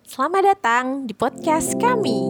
Selamat datang di podcast kami.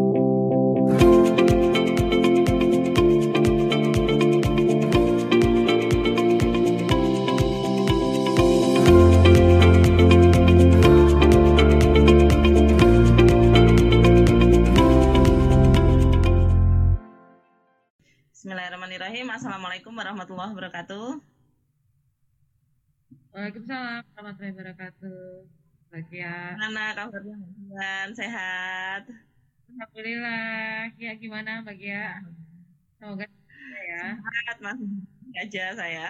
Bismillahirrahmanirrahim. Assalamualaikum warahmatullahi wabarakatuh. Waalaikumsalam warahmatullahi wabarakatuh. Bagia. Gimana kabarnya? Sehat? Alhamdulillah. Ya gimana Bagia? Semoga ya. Sehat, masih aja saya.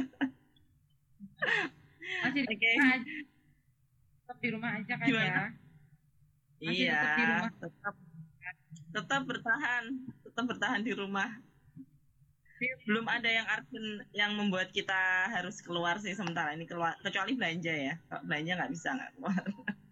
Masih di Oke. rumah aja. Tetap di rumah aja kan Gimana? ya? Masih Iya, tetap di rumah. tetap bertahan di rumah. Belum ada yang urgent yang membuat kita harus keluar sih sementara ini, kecuali belanja ya. Kalau belanja nggak keluar.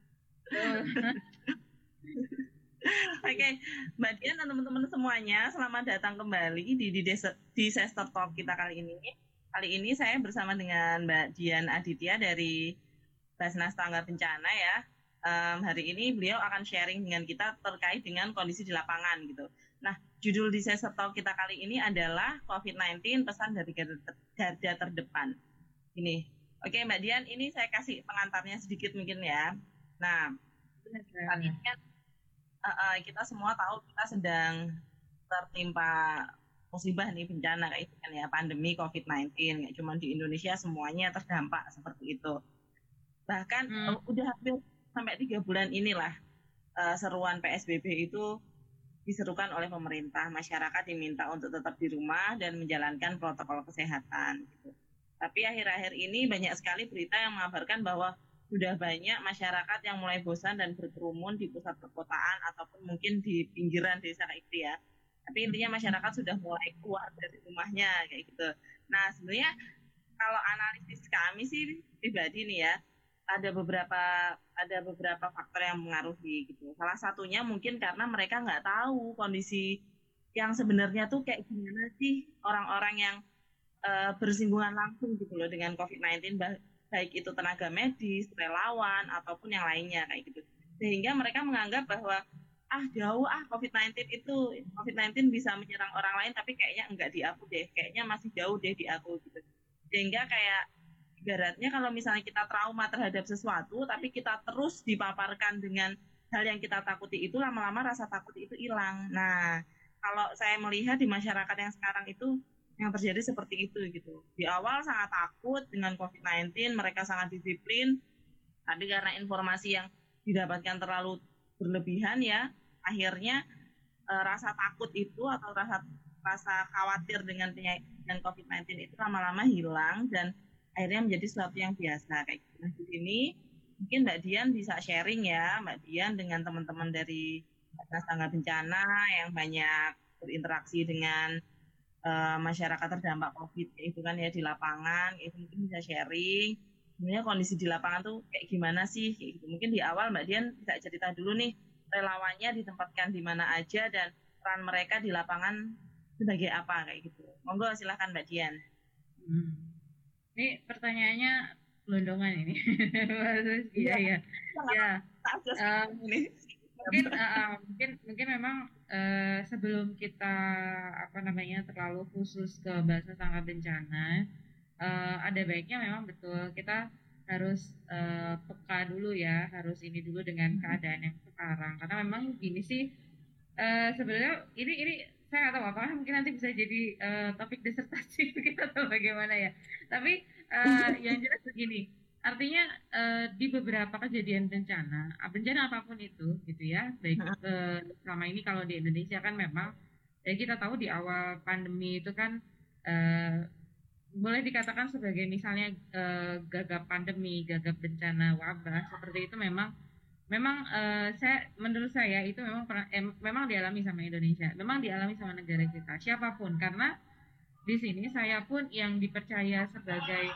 Oke, Mbak Dian dan teman-teman semuanya, selamat datang kembali di Disaster Talk kita kali ini. Kali ini saya bersama dengan Mbak Dian Aditya dari Basnas Tangga Bencana ya. Hari ini beliau akan sharing dengan kita terkait dengan kondisi di lapangan gitu. Nah, judul Disaster Talk kita kali ini adalah COVID-19 pesan dari garda terdepan. Ini, oke Mbak Dian, ini saya kasih pengantarnya sedikit mungkin ya. Nah, kali ini kan kita semua tahu kita sedang tertimpa musibah nih, bencana kayak itu kan ya, pandemi COVID-19. Nggak cuma di Indonesia, semuanya terdampak seperti itu. Bahkan udah hampir sampai 3 bulan inilah seruan PSBB itu diserukan oleh pemerintah. Masyarakat diminta untuk tetap di rumah dan menjalankan protokol kesehatan gitu. Tapi akhir-akhir ini banyak sekali berita yang mengabarkan bahwa sudah banyak masyarakat yang mulai bosan dan berkerumun di pusat perkotaan ataupun mungkin di pinggiran desa kayak gitu ya. Tapi intinya masyarakat sudah mulai keluar dari rumahnya kayak gitu. Nah, sebenarnya kalau analisis kami sih pribadi nih ya, ada beberapa faktor yang mengaruhi gitu. Salah satunya mungkin karena mereka nggak tahu kondisi yang sebenarnya tuh kayak gimana sih orang-orang yang bersinggungan langsung gitu loh dengan COVID-19, baik itu tenaga medis, relawan ataupun yang lainnya kayak gitu. Sehingga mereka menganggap bahwa jauh COVID-19 bisa menyerang orang lain, tapi kayaknya enggak di aku deh, kayaknya masih jauh deh di aku gitu. Sehingga kayak ibaratnya kalau misalnya kita trauma terhadap sesuatu, tapi kita terus dipaparkan dengan hal yang kita takuti itu, lama-lama rasa takut itu hilang. Nah, kalau saya melihat di masyarakat yang sekarang itu, yang terjadi seperti itu gitu. Di awal sangat takut dengan COVID-19, mereka sangat disiplin, tapi karena informasi yang didapatkan terlalu berlebihan ya, akhirnya rasa takut itu atau rasa khawatir dengan COVID-19 itu lama-lama hilang dan akhirnya menjadi sesuatu yang biasa kayak gitu. Nah, di sini mungkin Mbak Dian bisa sharing ya, Mbak Dian dengan teman-teman dari Basnas Tangga Bencana yang banyak berinteraksi dengan masyarakat terdampak COVID itu kan ya di lapangan, itu mungkin bisa sharing sebenarnya kondisi di lapangan tuh kayak gimana sih kayak gitu. Mungkin di awal Mbak Dian bisa cerita dulu nih, relawannya ditempatkan di mana aja dan peran mereka di lapangan sebagai apa kayak gitu. Monggo silahkan Mbak Dian. Ini pertanyaannya gelondongan ini. Iya. Mungkin memang sebelum kita terlalu khusus ke Basnas Tangga Bencana, ada baiknya memang betul kita harus peka dulu ya, harus ini dulu dengan keadaan yang sekarang. Karena memang gini sih, sebenarnya ini saya nggak tahu apakah mungkin nanti bisa jadi topik disertasi kita atau bagaimana ya. Tapi yang jelas begini, artinya di beberapa kejadian bencana apapun itu gitu ya, baik selama ini kalau di Indonesia kan memang ya kita tahu di awal pandemi itu kan boleh dikatakan sebagai misalnya gagap pandemi, gagap bencana wabah seperti itu memang menurut saya itu memang dialami sama Indonesia, memang dialami sama negara kita, siapapun, karena di sini saya pun yang dipercaya sebagai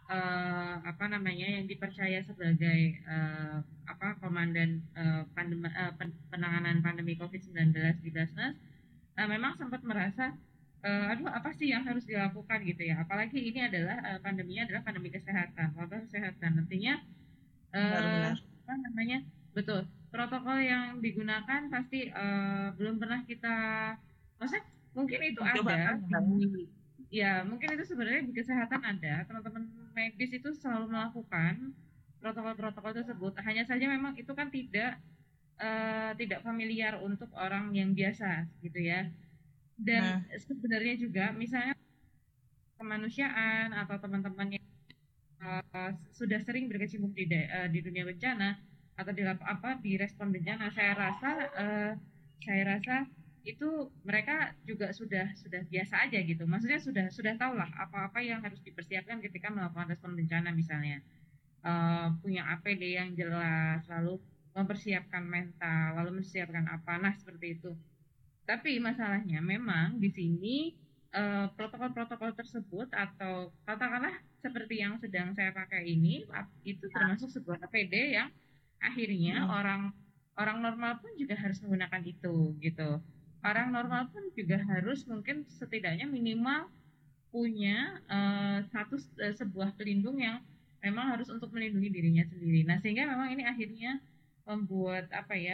komandan penanganan pandemi COVID-19 di Basnas, memang sempat merasa apa sih yang harus dilakukan gitu ya, apalagi ini adalah pandeminya adalah pandemi kesehatan, wabah kesehatan, artinya betul. protokol yang digunakan pasti belum pernah kita, maksudnya mungkin itu ada Coba ya mungkin itu sebenarnya di kesehatan ada, teman-teman medis itu selalu melakukan protokol-protokol tersebut. Hanya saja memang itu kan tidak familiar untuk orang yang biasa gitu ya. Dan sebenarnya juga misalnya kemanusiaan atau teman-teman yang sudah sering berkecimpung di dunia bencana atau di respon bencana, saya rasa itu mereka juga sudah biasa aja gitu. Maksudnya sudah tahu lah apa-apa yang harus dipersiapkan ketika melakukan respon bencana, misalnya punya APD yang jelas, lalu mempersiapkan mental, lalu mempersiapkan apa, nah seperti itu. Tapi masalahnya memang di sini protokol-protokol tersebut atau katakanlah seperti yang sedang saya pakai ini itu termasuk sebuah APD yang akhirnya orang normal pun juga harus menggunakan itu gitu. Orang normal pun juga harus mungkin setidaknya minimal punya sebuah pelindung yang memang harus untuk melindungi dirinya sendiri. Nah sehingga memang ini akhirnya membuat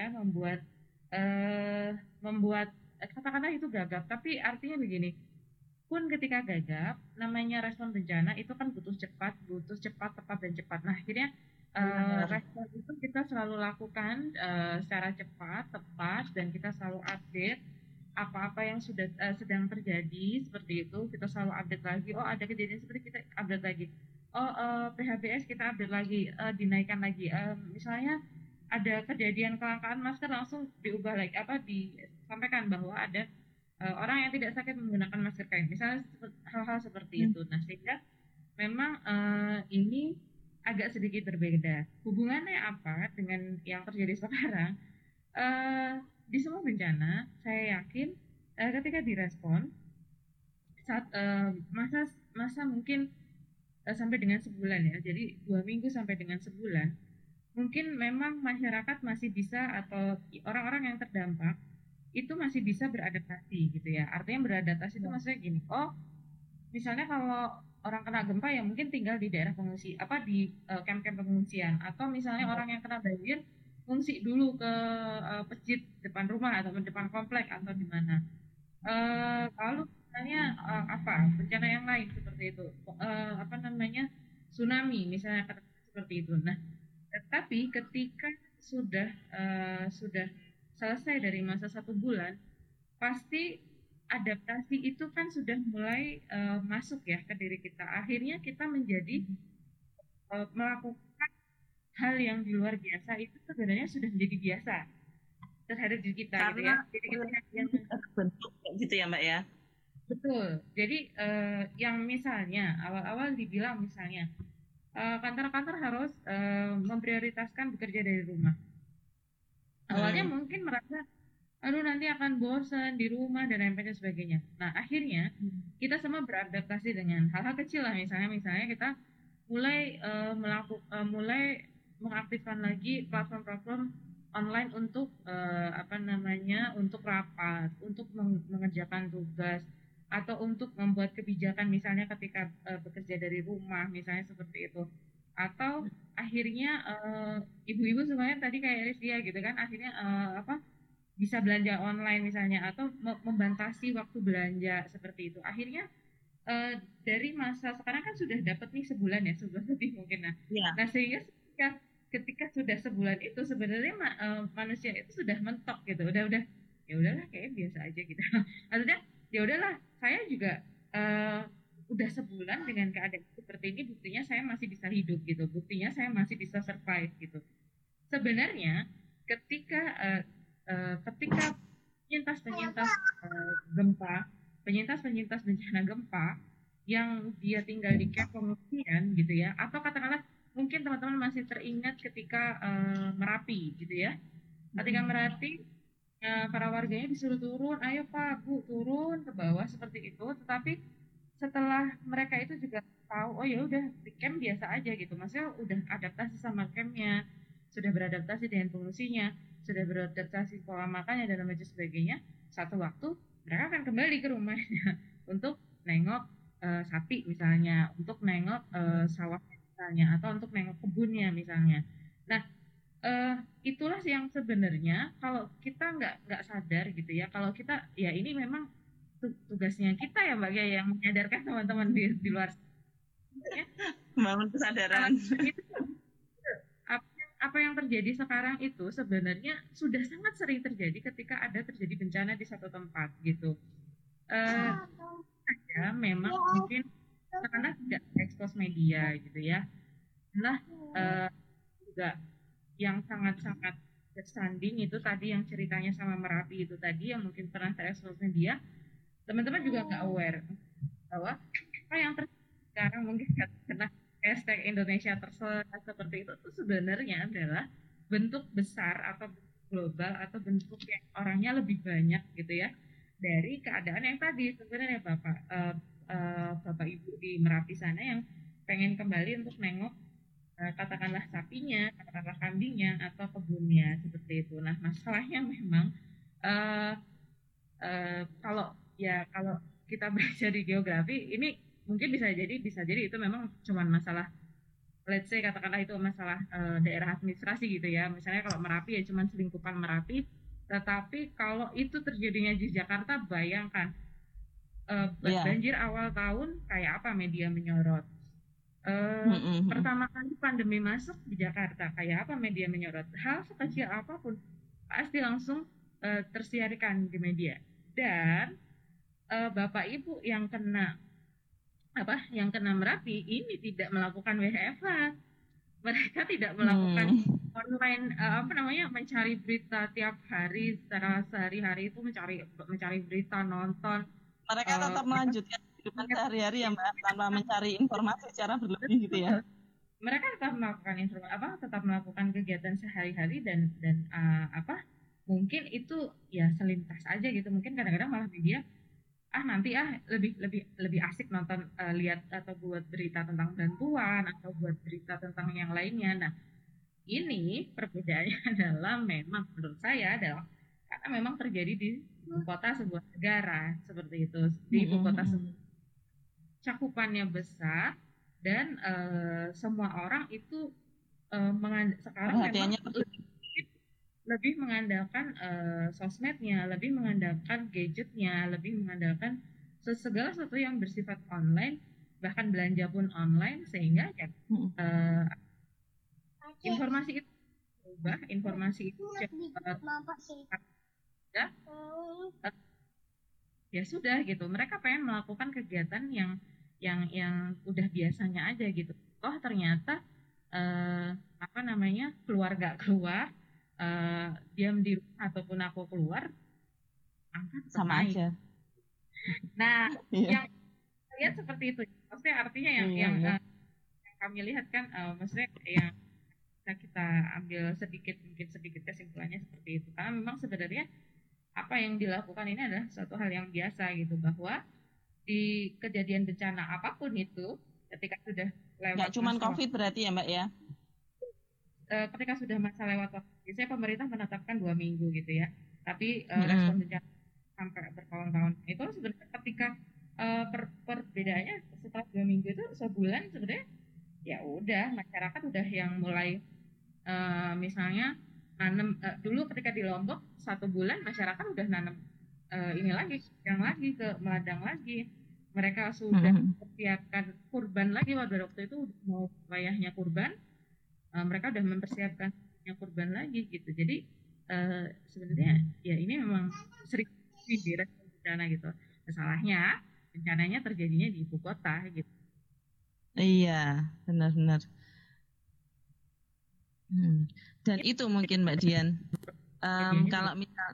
membuat katakanlah itu gagap, tapi artinya begini, pun ketika gagap, namanya respon bencana itu kan butuh cepat, tepat dan cepat. Nah akhirnya respon itu kita selalu lakukan secara cepat, tepat, dan kita selalu update apa-apa yang sudah sedang terjadi seperti itu. Kita selalu update lagi. Oh ada kejadian seperti, kita update lagi. Oh PHBS kita update lagi, dinaikkan lagi. Misalnya ada kejadian kelangkaan masker, langsung diubah lagi, disampaikan bahwa ada orang yang tidak sakit menggunakan masker kain, misalnya hal-hal seperti itu. Nah sehingga memang ini agak sedikit berbeda. Hubungannya apa dengan yang terjadi sekarang? Di semua bencana saya yakin ketika direspon saat masa mungkin sampai dengan sebulan ya, jadi 2 minggu sampai dengan sebulan, mungkin memang masyarakat masih bisa, atau orang-orang yang terdampak itu masih bisa beradaptasi gitu ya. Artinya beradaptasi itu maksudnya gini, oh misalnya kalau orang kena gempa ya mungkin tinggal di daerah pengungsi, di camp-camp pengungsian, atau misalnya orang yang kena banjir ngungsi dulu ke masjid depan rumah atau depan komplek atau di mana. Kalau misalnya bencana yang lain seperti itu, tsunami misalnya seperti itu. Nah tetapi ketika sudah selesai dari masa 1 bulan, pasti adaptasi itu kan sudah mulai masuk ya ke diri kita. Akhirnya kita menjadi melakukan hal yang di luar biasa itu sebenarnya sudah menjadi biasa terhadap diri kita. Karena gitu ya. Jadi kita yang bentuk gitu ya Mbak ya. Betul. Jadi yang misalnya awal-awal dibilang misalnya kantor-kantor harus memprioritaskan bekerja dari rumah. Awalnya mungkin merasa aduh nanti akan bosan di rumah dan lain sebagainya. Nah akhirnya kita semua beradaptasi dengan hal-hal kecil lah, misalnya kita mulai mulai mengaktifkan lagi platform-platform online untuk untuk rapat, untuk mengerjakan tugas, atau untuk membuat kebijakan misalnya ketika bekerja dari rumah misalnya seperti itu. Atau akhirnya ibu-ibu semuanya tadi kayak Rizia gitu kan, akhirnya bisa belanja online misalnya, atau membatasi waktu belanja seperti itu. Akhirnya dari masa sekarang kan sudah dapat nih sebulan lebih mungkin. Nah sehingga ketika sudah sebulan itu sebenarnya manusia itu sudah mentok gitu, udah ya udahlah kayak biasa aja gitu. Maksudnya ya udahlah, saya juga udah sebulan dengan keadaan seperti ini, buktinya saya masih bisa hidup gitu, buktinya saya masih bisa survive gitu. Sebenarnya ketika penyintas bencana gempa yang dia tinggal di camp pengungsian gitu ya, atau katakanlah mungkin teman-teman masih teringat ketika Merapi gitu ya, ketika Merapi para warganya disuruh turun, ayo Pak Bu turun ke bawah seperti itu, tetapi setelah mereka itu juga tahu oh ya udah di camp biasa aja gitu, maksudnya udah adaptasi sama campnya, sudah beradaptasi dengan pengungsinya, sudah beradaptasi pola makannya dan lain sebagainya, satu waktu mereka akan kembali ke rumahnya untuk nengok sapi misalnya, untuk nengok sawah misalnya, atau untuk nengok kebunnya misalnya. Nah itulah yang sebenarnya kalau kita nggak sadar gitu ya, kalau kita ya ini memang tugasnya kita ya Mbak ya, yang menyadarkan teman-teman di luar sana ya. Membangun kesadaran. Itu apa yang terjadi sekarang itu sebenarnya sudah sangat sering terjadi ketika ada terjadi bencana di satu tempat gitu. Ya memang mungkin karena tidak ekspos media gitu ya. Nah juga yang sangat-sangat bersanding itu tadi yang ceritanya sama Merapi itu tadi yang mungkin pernah terekspos media, teman-teman juga nggak aware bahwa apa yang terjadi sekarang mungkin kena hashtag Indonesia terselat seperti itu tuh sebenarnya adalah bentuk besar atau global atau bentuk yang orangnya lebih banyak gitu ya dari keadaan yang tadi sebenarnya Bapak Ibu di Merapi sana yang pengen kembali untuk nengok katakanlah sapinya, katakanlah kambingnya atau kebunnya seperti itu. Nah masalahnya memang uh, kalau kita belajar di geografi ini mungkin bisa jadi itu memang cuman masalah, let's say katakanlah itu masalah daerah administrasi gitu ya, misalnya kalau Merapi ya cuman selingkupan Merapi, tetapi kalau itu terjadinya di Jakarta bayangkan banjir awal tahun kayak apa media menyorot. Pertama kali pandemi masuk di Jakarta kayak apa media menyorot, hal sekecil apapun pasti langsung tersiarkan di media. Dan Bapak Ibu yang kena Merapi ini tidak melakukan WFH, mereka tidak melakukan online mencari berita tiap hari secara sehari-hari itu mencari berita, nonton. Mereka tetap melanjutkan kehidupan sehari-hari ya Mbak, tanpa mencari informasi secara berlebih gitu ya. Mereka tetap melakukan kegiatan sehari-hari dan mungkin itu ya selintas aja gitu. Mungkin kadang-kadang malah media nanti lebih asik nonton lihat atau buat berita tentang bantuan atau buat berita tentang yang lainnya. Nah, ini perbedaannya adalah memang menurut saya adalah karena memang terjadi di ibu kota sebuah negara seperti itu, di ibu kota cakupannya besar dan semua orang itu sekarang memang lebih mengandalkan sosmednya, lebih mengandalkan gadgetnya, lebih mengandalkan segala sesuatu yang bersifat online, bahkan belanja pun online, sehingga ya informasi itu berubah, informasi itu ya sudah gitu. Mereka pengen melakukan kegiatan yang udah biasanya aja gitu. Oh ternyata keluarga keluar, diam di rumah ataupun aku keluar, angka sama naik. Aja. Nah, yang lihat seperti itu. Maksudnya artinya yang kami lihat kan, maksudnya yang kita ambil mungkin sedikit kesimpulannya seperti itu. Karena memang sebenarnya apa yang dilakukan ini adalah suatu hal yang biasa gitu, bahwa di kejadian bencana apapun itu ketika sudah lewat. Nggak cuma COVID berarti ya Mbak ya? Ketika sudah masa lewat, biasanya pemerintah menetapkan 2 minggu gitu ya. Tapi respon bencana sampai bertahun-tahun. Itu sebenarnya ketika perbedaannya setelah 2 minggu itu sebulan sebenarnya ya udah masyarakat udah yang mulai misalnya nanam dulu ketika di Lombok 1 bulan masyarakat udah nanam ini lagi yang lagi ke meladang lagi, mereka sudah mempersiapkan kurban lagi waktu itu mau wayahnya kurban, mereka udah mempersiapkan kurban lagi gitu. Jadi sebenarnya ya ini memang sering di respon bencana gitu. Masalahnya bencananya terjadinya di ibu kota gitu. Iya, benar-benar. Dan itu mungkin Mbak Dian, kalau misal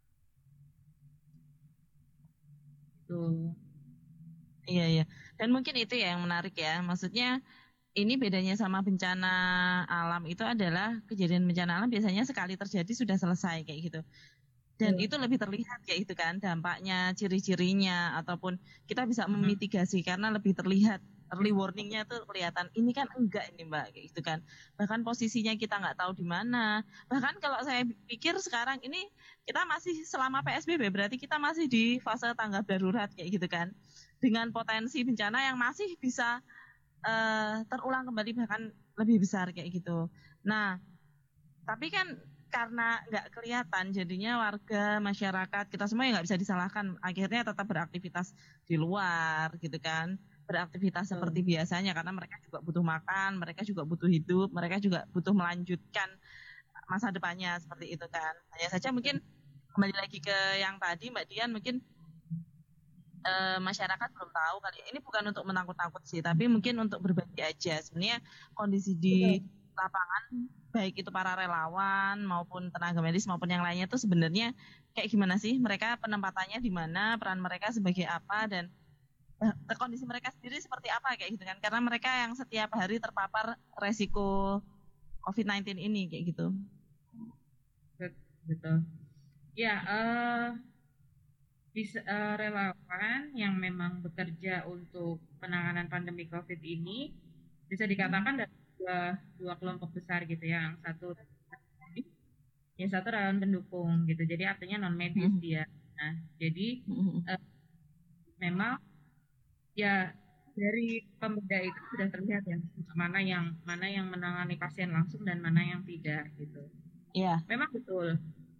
iya. Dan mungkin itu ya yang menarik ya. Maksudnya ini bedanya sama bencana alam itu adalah kejadian bencana alam biasanya sekali terjadi sudah selesai kayak gitu. Dan itu lebih terlihat kayak gitu kan dampaknya, ciri-cirinya, ataupun kita bisa memitigasi karena lebih terlihat. Early warningnya tuh kelihatan. Ini kan enggak ini Mbak kayak gitu kan. Bahkan posisinya kita nggak tahu di mana. Bahkan kalau saya pikir sekarang ini kita masih selama PSBB berarti kita masih di fase tanggap darurat kayak gitu kan. Dengan potensi bencana yang masih bisa terulang kembali bahkan lebih besar kayak gitu. Nah, Tapi kan karena nggak kelihatan, jadinya warga, masyarakat, kita semua yang nggak bisa disalahkan. Akhirnya tetap beraktivitas di luar gitu kan. Beraktivitas seperti biasanya karena mereka juga butuh makan, mereka juga butuh hidup, mereka juga butuh melanjutkan masa depannya seperti itu kan. Hanya saja mungkin kembali lagi ke yang tadi Mbak Dian, mungkin masyarakat belum tahu kali ya. Ini bukan untuk menakut-nakut sih, tapi mungkin untuk berbagi aja. Sebenarnya kondisi di lapangan, baik itu para relawan maupun tenaga medis maupun yang lainnya itu sebenarnya kayak gimana sih? Mereka penempatannya di mana, peran mereka sebagai apa, dan kondisi mereka sendiri seperti apa kayak gitu kan? Karena mereka yang setiap hari terpapar resiko COVID-19 ini kayak gitu. Betul. Ya, relawan yang memang bekerja untuk penanganan pandemi COVID ini bisa dikatakan dari dua kelompok besar gitu ya. Yang satu relawan pendukung gitu. Jadi artinya non medis dia. Nah, jadi memang ya dari pembeda itu sudah terlihat ya mana yang menangani pasien langsung dan mana yang tidak gitu. Iya. Memang betul.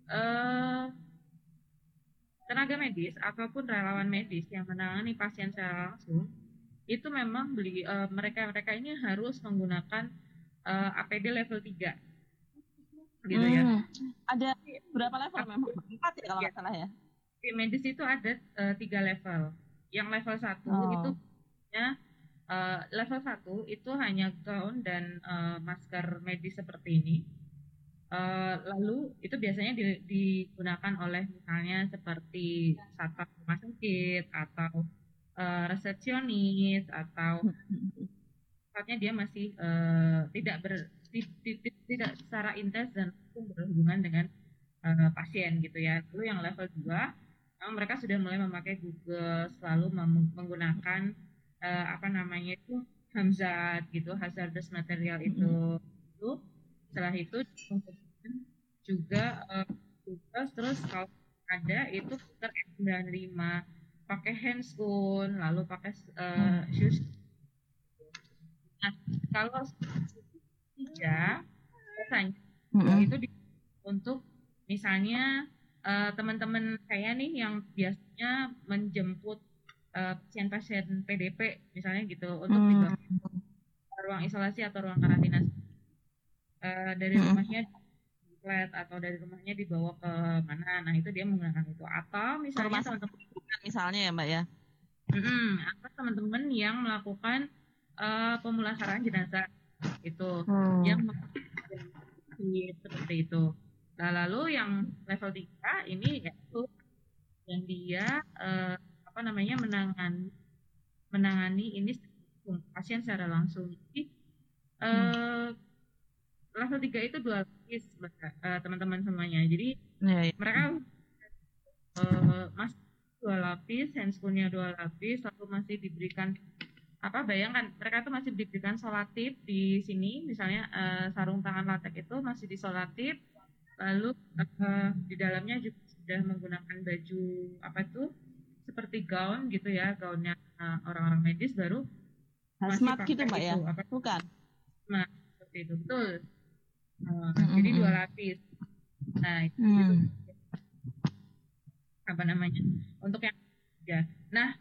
Tenaga medis ataupun relawan medis yang menangani pasien secara langsung itu memang mereka ini harus menggunakan APD level 3 gitu ya. Ada berapa level memang? 4 ya kalau nggak salah ya. Di medis itu ada 3 level. Yang level 1 itu level 1 itu hanya gaun dan masker medis seperti ini. Lalu itu biasanya digunakan oleh misalnya seperti satpam rumah sakit atau resepsionis atau sifatnya dia masih tidak secara intens dan berhubungan dengan pasien gitu ya. Lalu yang level 2 memang mereka sudah mulai memakai Google, selalu menggunakan HAMZAT gitu, hazardous material itu. Setelah itu juga terus kalau ada itu filter N95, pakai handscoon, lalu pakai shoes. Nah, kalau 3 biasanya itu untuk misalnya teman-teman saya nih yang biasanya menjemput pasien-pasien PDP misalnya gitu untuk dibawa ke ruang isolasi atau ruang karantina dari rumahnya atau dari rumahnya dibawa ke mana, nah itu dia menggunakan itu. Atau misalnya teman-teman misalnya ya Mbak ya, atau teman-teman yang melakukan pemulasaran jenazah itu yang seperti itu. Nah lalu yang level 3 ini yaitu yang dia menangani ini pasien secara langsung. Jadi level 3 itu 2 lapis teman-teman semuanya. Jadi mereka masih 2 lapis, handscoon-nya 2 lapis, lalu masih diberikan bayangkan mereka tuh masih diberikan solatif di sini, misalnya sarung tangan latex itu masih disolatip, lalu di dalamnya juga sudah menggunakan baju seperti gaun gitu ya, gaunnya orang-orang medis, baru hazmat gitu Mbak ya, bukan? Nah seperti itu betul. Jadi 2 lapis. Nah itu untuk yang ketiga. Nah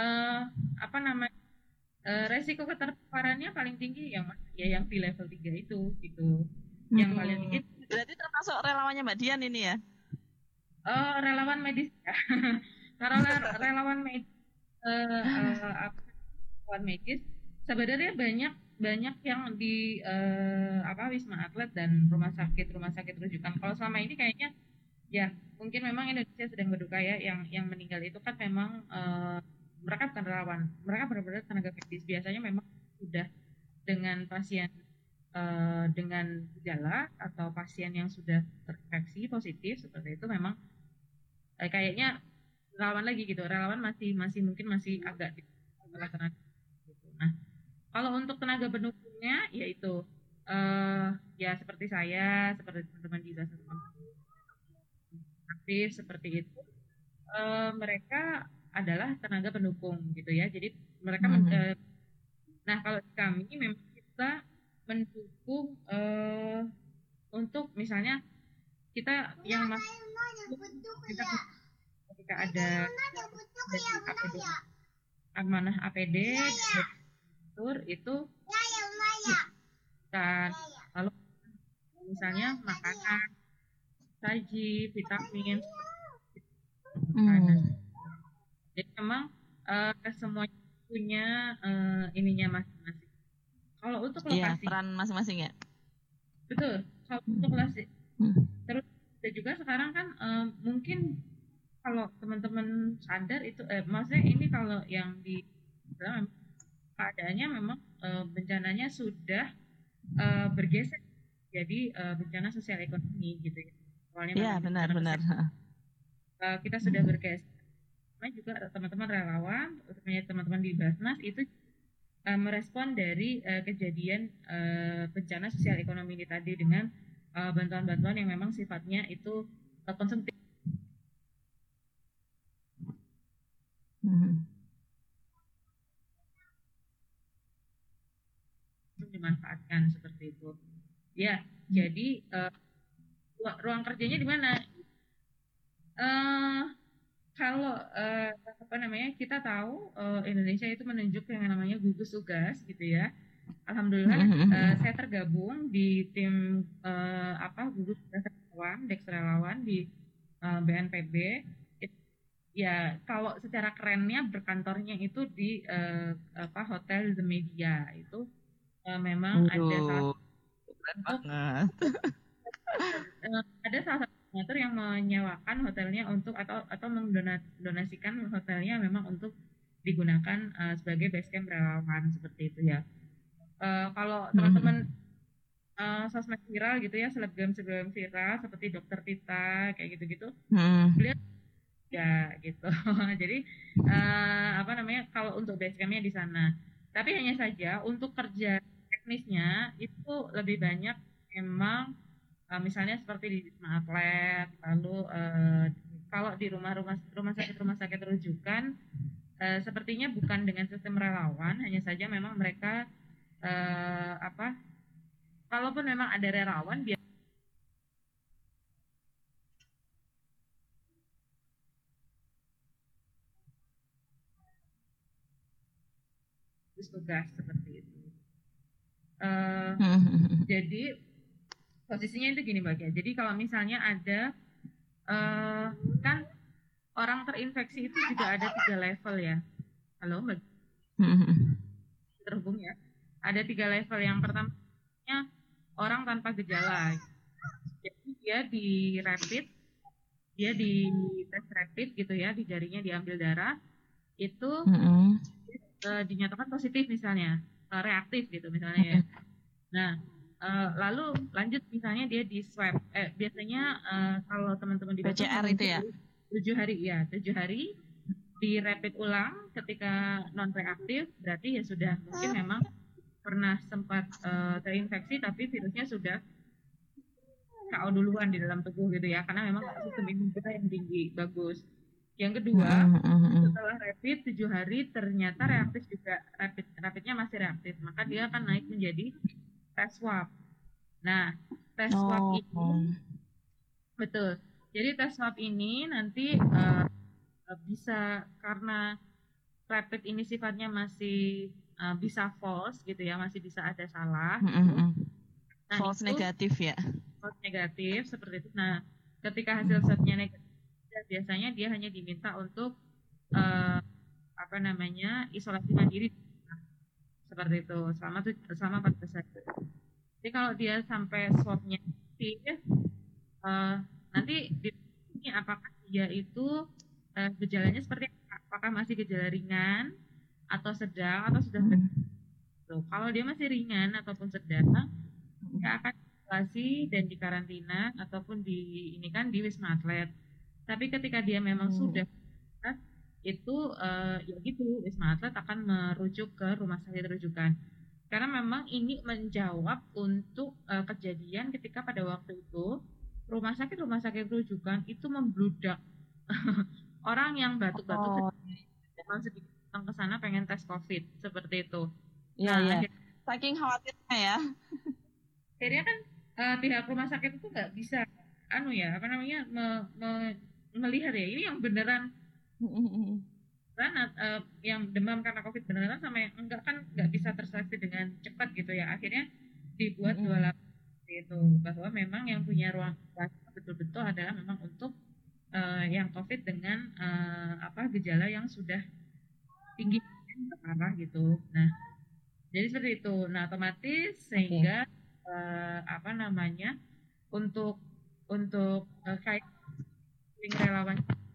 resiko keterparannya paling tinggi yang di level 3 itu yang paling tinggi. Berarti termasuk relawannya Mbak Dian ini ya? Relawan medis ya. Karena relawan medis relawan medis sebenarnya banyak yang di Wisma Atlet dan rumah sakit rujukan. Kalau selama ini kayaknya ya mungkin memang Indonesia sedang berduka ya, yang meninggal itu kan memang mereka bukan relawan, mereka benar-benar tenaga medis. Biasanya memang sudah dengan pasien dengan gejala atau pasien yang sudah terinfeksi positif seperti itu, memang kayaknya relawan lagi gitu. Relawan masih mungkin masih agak gitu. Nah, kalau untuk tenaga pendukungnya yaitu ya seperti saya, seperti teman-teman di aktif seperti itu, mereka adalah tenaga pendukung gitu ya. Jadi mereka nah kalau kami memang kita mendukung untuk misalnya kita yang masuk kita ketika ada dari APD amanah APD tur itu kan lalu misalnya makanan, saji, vitamin, makanan. Jadi memang semuanya punya ininya masing-masing. Kalau untuk lokasi, peran masing-masing ya. betul. Kalau untuk lokasi, terus dan juga sekarang kan mungkin kalau teman-teman sadar itu, maksudnya ini kalau yang di keadaannya memang bencananya sudah bergeser jadi bencana sosial ekonomi gitu ya. Awalnya Iya benar-benar. Kita sudah bergeser. Juga teman-teman relawan, terutama teman-teman di Basnas itu merespon dari kejadian bencana sosial ekonomi ini tadi dengan bantuan-bantuan yang memang sifatnya itu konsumtif. Dimanfaatkan seperti itu. Ya, jadi ruang kerjanya di mana? Kalau kita tahu Indonesia itu menunjuk yang namanya gugus tugas gitu ya. Alhamdulillah saya tergabung di tim gugus tugas relawan, Dex relawan di BNPB. Ya kalau secara kerennya berkantornya itu di Hotel The Media itu memang ada salah ada salah satu donatur yang menyewakan hotelnya untuk atau mendonasikan hotelnya memang untuk digunakan sebagai base camp relawan seperti itu ya. Kalau teman-teman sosmed viral gitu ya, selebgram viral seperti Dokter Tita kayak gitu-gitu, beliau ya gitu. Jadi kalau untuk base campnya di sana. Tapi hanya saja untuk kerja teknisnya itu lebih banyak memang misalnya seperti di Wisma Atlet, lalu kalau di rumah sakit rujukan sepertinya bukan dengan sistem relawan, hanya saja memang mereka kalaupun memang ada relawan tugas seperti itu. Jadi posisinya itu gini Mbak ya. Jadi kalau misalnya ada kan orang terinfeksi itu juga ada 3 level ya. Halo Mbak. Terhubung ya. Ada 3 level. Yang pertamanya orang tanpa gejala. Jadi dia di rapid, dia di tes rapid gitu ya, di jarinya diambil darah, itu dinyatakan positif misalnya, reaktif gitu misalnya ya. Nah, lalu lanjut misalnya dia di swab, biasanya kalau teman-teman di PCR itu ya? 7 hari di rapid ulang ketika non reaktif, berarti ya sudah mungkin memang pernah sempat terinfeksi tapi virusnya sudah KO duluan di dalam tubuh gitu ya, karena memang sistem imun kita yang tinggi, bagus. Yang kedua, setelah rapid 7 hari ternyata reaktif juga, rapidnya masih reaktif, maka dia akan naik menjadi tes swab. Nah, tes swab ini betul. Jadi tes swab ini nanti bisa, karena rapid ini sifatnya masih bisa false gitu ya, masih bisa ada salah. Nah, false negatif ya. False negatif seperti itu. Nah, ketika hasil swabnya negatif, biasanya dia hanya diminta untuk isolasi mandiri seperti itu selama 14 hari. Jadi kalau dia sampai swabnya negatif, nanti ditanya apakah dia itu gejalanya seperti apa? Apakah masih gejala ringan atau sedang atau sudah berat. Kalau dia masih ringan ataupun sedang, dia akan isolasi dan dikarantina ataupun di Wisma Atlet. Tapi ketika dia memang sudah itu ya gitu, Wisma Atlet akan merujuk ke rumah sakit rujukan. Karena memang ini menjawab untuk kejadian ketika pada waktu itu rumah sakit rujukan itu membludak. Orang yang batuk-batuk sedikit datang ke sana pengen tes COVID seperti itu. Iya, saking khawatirnya ya. Akhirnya kan pihak rumah sakit itu nggak bisa melihat ya ini yang beneran yang demam karena COVID beneran sama yang enggak kan nggak bisa terdeteksi dengan cepat gitu ya. Akhirnya dibuat dua lapis itu, bahwa memang yang punya ruang betul-betul adalah memang untuk yang COVID dengan gejala yang sudah tinggi parah gitu. Nah, jadi seperti itu. Nah, otomatis sehingga untuk kayak relawan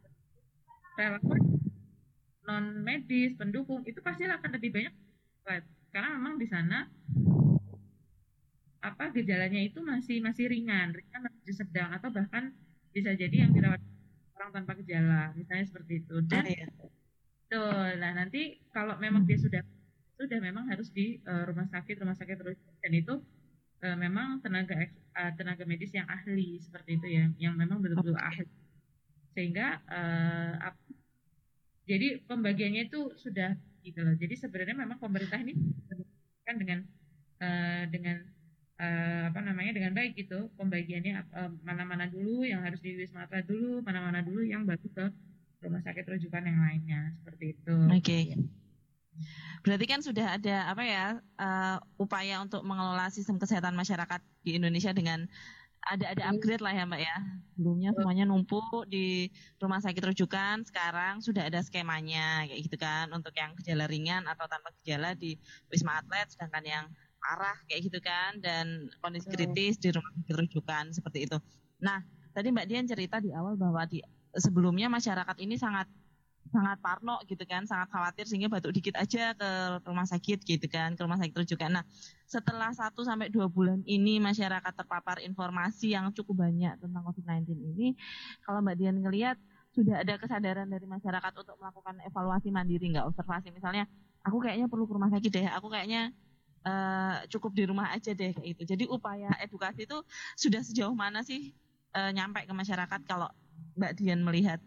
non medis pendukung itu pasti akan lebih banyak karena memang di sana gejalanya itu masih ringan masih sedang atau bahkan bisa jadi yang dirawat orang tanpa gejala misalnya seperti itu dan nah nanti kalau memang dia sudah memang harus di rumah sakit terus dan itu memang tenaga medis yang ahli seperti itu ya yang memang betul-betul ahli sehingga jadi pembagiannya itu sudah gitu loh. Jadi sebenarnya memang pemerintah ini kan dengan dengan baik gitu pembagiannya mana-mana dulu yang harus di Wisma Atlet dulu, mana-mana dulu yang baru ke rumah sakit rujukan yang lainnya seperti itu. Oke. Berarti kan sudah ada upaya untuk mengelola sistem kesehatan masyarakat di Indonesia dengan ada upgrade lah ya Mbak ya. Sebelumnya semuanya numpuk di rumah sakit rujukan, sekarang sudah ada skemanya kayak gitu kan untuk yang gejala ringan atau tanpa gejala di Wisma Atlet, sedangkan yang parah kayak gitu kan dan kondisi kritis di rumah sakit rujukan seperti itu. Nah, tadi Mbak Dian cerita di awal bahwa sebelumnya masyarakat ini sangat parno gitu kan, sangat khawatir sehingga batuk dikit aja ke rumah sakit gitu kan, ke rumah sakit rujukan. Nah, setelah 1-2 bulan ini masyarakat terpapar informasi yang cukup banyak tentang COVID-19 ini, kalau Mbak Dian ngelihat sudah ada kesadaran dari masyarakat untuk melakukan evaluasi mandiri nggak, observasi misalnya, aku kayaknya perlu ke rumah sakit deh, aku kayaknya cukup di rumah aja deh kayak gitu. Jadi upaya edukasi itu sudah sejauh mana sih nyampe ke masyarakat kalau Mbak Dian melihat?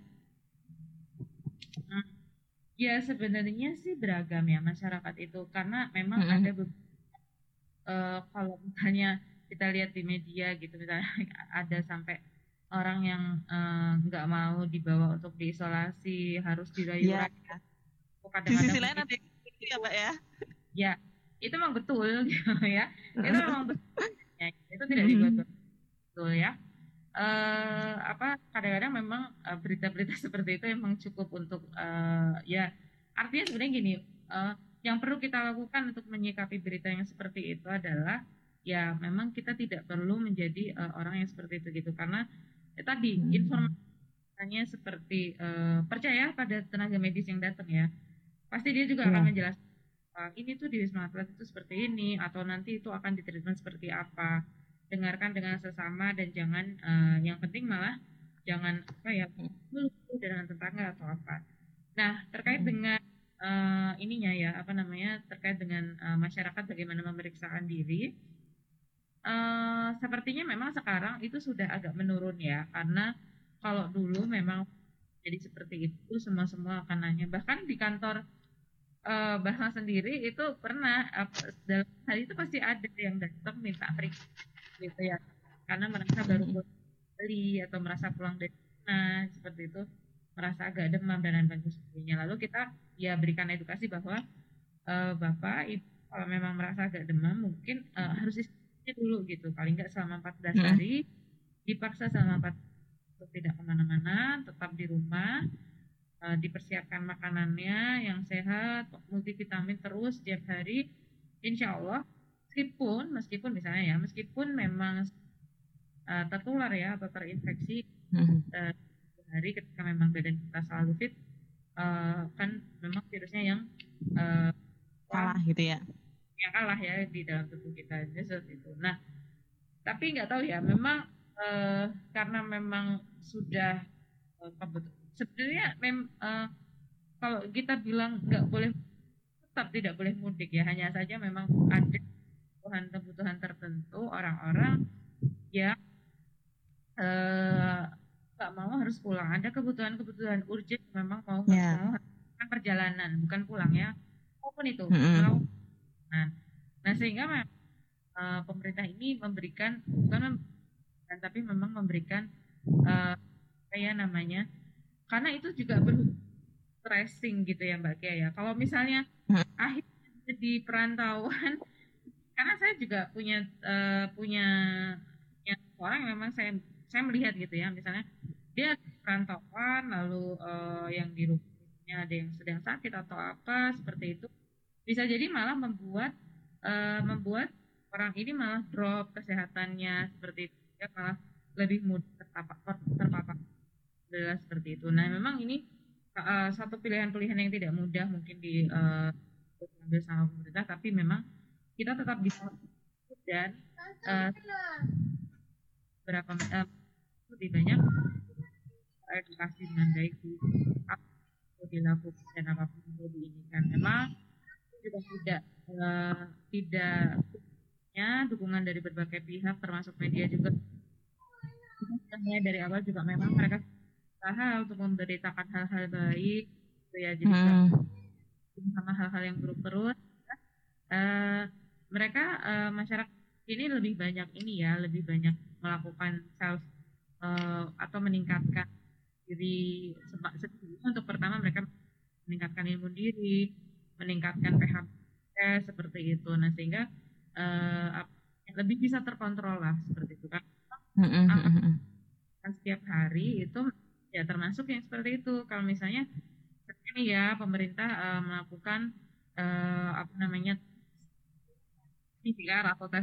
Ya sebenarnya sih beragam ya masyarakat itu karena memang ada kalau misalnya kita lihat di media gitu misalnya ada sampai orang yang nggak mau dibawa untuk diisolasi harus dirayukan. Ya. Di sisi lain ada itu ya Mbak ya? Ya itu memang betul gitu ya. Itu memang betul. Ya, itu tidak dibuat betul ya. Kadang-kadang memang berita-berita seperti itu memang cukup untuk ya artinya sebenarnya gini yang perlu kita lakukan untuk menyikapi berita yang seperti itu adalah ya memang kita tidak perlu menjadi orang yang seperti itu gitu karena tadi informasinya seperti percaya pada tenaga medis yang datang ya pasti dia juga akan menjelaskan ini tuh di Wisma Atlet itu seperti ini atau nanti itu akan ditreatment seperti apa. Dengarkan dengan sesama dan jangan yang penting malah jangan melupa dengan tetangga atau apa. Nah terkait dengan terkait dengan masyarakat bagaimana memeriksakan diri sepertinya memang sekarang itu sudah agak menurun ya karena kalau dulu memang jadi seperti itu semua akan nanya bahkan di kantor Bahma sendiri itu pernah dalam hari itu pasti ada yang datang minta periksa gitu ya karena merasa baru beli atau merasa pulang dari sana seperti itu merasa agak demam dan lain sebagainya lalu kita ya berikan edukasi bahwa Bapak Ibu kalau memang merasa agak demam mungkin harus istirahat dulu gitu paling nggak selama 14 hari dipaksa selama 14 untuk tidak kemana-mana tetap di rumah dipersiapkan makanannya yang sehat, multivitamin terus setiap hari, insya Allah meskipun misalnya ya, meskipun memang tertular ya atau terinfeksi hari ketika memang badan kita selalu fit, kan memang virusnya yang kalah gitu ya, yang kalah ya di dalam tubuh kita seperti itu. Nah, tapi nggak tahu ya, memang karena memang sudah sebenarnya kalau kita bilang nggak boleh tetap tidak boleh mudik ya hanya saja memang ada kebutuhan tertentu orang-orang yang nggak mau harus pulang ada kebutuhan urgent memang mau perjalanan bukan pulang ya maupun itu melakukan nah sehingga pemerintah ini memberikan tapi memang memberikan kayak namanya, karena itu juga perlu tracing gitu ya Mbak Kia ya. Kalau misalnya akhirnya jadi perantauan, karena saya juga punya orang yang memang saya melihat gitu ya, misalnya dia perantauan lalu yang di rumahnya ada yang sedang sakit atau apa seperti itu, bisa jadi malah membuat orang ini malah drop kesehatannya seperti itu ya, malah lebih mudah terpapar adalah seperti itu. Nah memang ini satu pilihan-pilihan yang tidak mudah mungkin diambil sama pemerintah, tapi memang kita tetap bisa dan berapa lebih banyak edukasi dengan baik dilakukan dan apapun yang diinginkan. Memang juga tidak dukungan dari berbagai pihak termasuk media juga. Dari awal juga memang mereka berusaha untuk memberitakan hal-hal baik gitu ya, jadi sama hal-hal yang buruk terus mereka masyarakat ini lebih banyak melakukan self atau meningkatkan diri untuk pertama mereka meningkatkan ilmu diri, meningkatkan PHP seperti itu. Nah sehingga lebih bisa terkontrol lah seperti itu kan. Setiap hari itu ya termasuk yang seperti itu. Kalau misalnya ini ya pemerintah melakukan PCR atau tes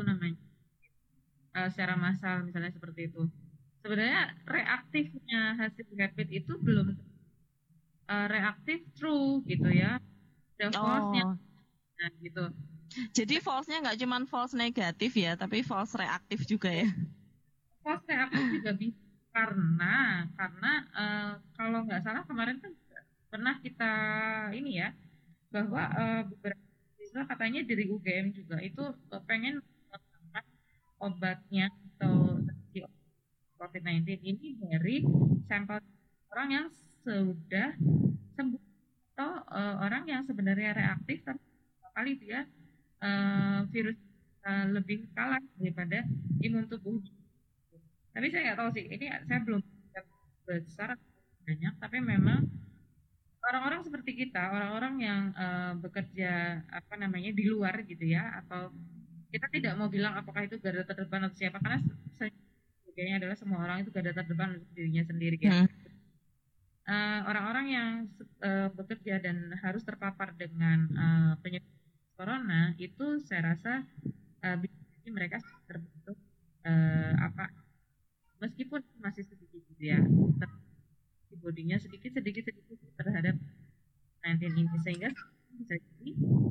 secara massal misalnya seperti itu. Sebenarnya reaktifnya hasil rapid itu belum reaktif true gitu ya. Ada false-nya. Nah gitu. Jadi false-nya nggak cuma false negatif ya, tapi false reaktif juga ya. False reaktif juga bisa karena kalau nggak salah kemarin kan pernah kita ini ya bahwa beberapa siswa katanya dari UGM juga itu pengen menggunakan obatnya atau COVID-19 ini dari sampel orang yang sudah sembuh atau orang yang sebenarnya reaktif tapi kali dia virus lebih kalah daripada imun tubuh. Tapi saya nggak tahu sih, ini saya belum besar banyak, tapi memang orang-orang seperti kita, orang-orang yang bekerja di luar gitu ya, atau kita tidak mau bilang apakah itu garda terdepan atau siapa, karena sebagainya adalah semua orang itu garda terdepan untuk dirinya sendiri ya. Orang-orang yang bekerja dan harus terpapar dengan penyakit corona itu saya rasa mereka terbentuk meskipun masih sedikit gitu ya, bodinya sedikit terhadap 19 ini sehingga bisa jadi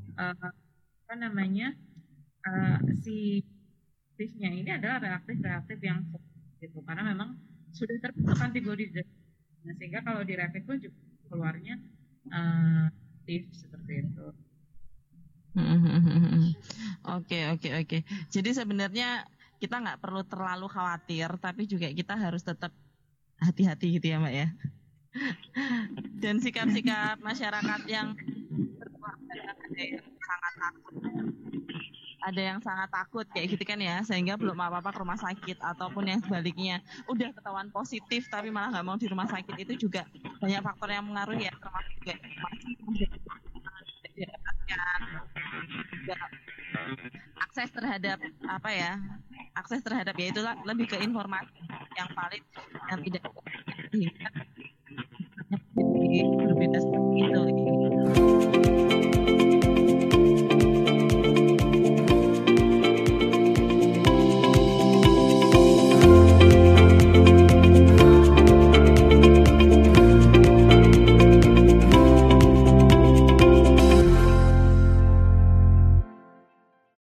si aktifnya ini adalah reaktif yang gitu, karena memang sudah terbentuk antibodi, sehingga kalau di rapid pun juga keluarnya aktif seperti itu. Oke. Jadi sebenarnya kita nggak perlu terlalu khawatir, tapi juga kita harus tetap hati-hati gitu ya Mbak ya. Dan sikap-sikap masyarakat yang ada yang sangat takut kayak gitu kan ya, sehingga belum apa-apa ke rumah sakit, ataupun yang sebaliknya udah ketahuan positif tapi malah nggak mau di rumah sakit. Itu juga banyak faktor yang mengaruhi ya, termasuk juga akses terhadap ya itulah lebih ke informasi yang valid yang tidak berbeda seperti itu.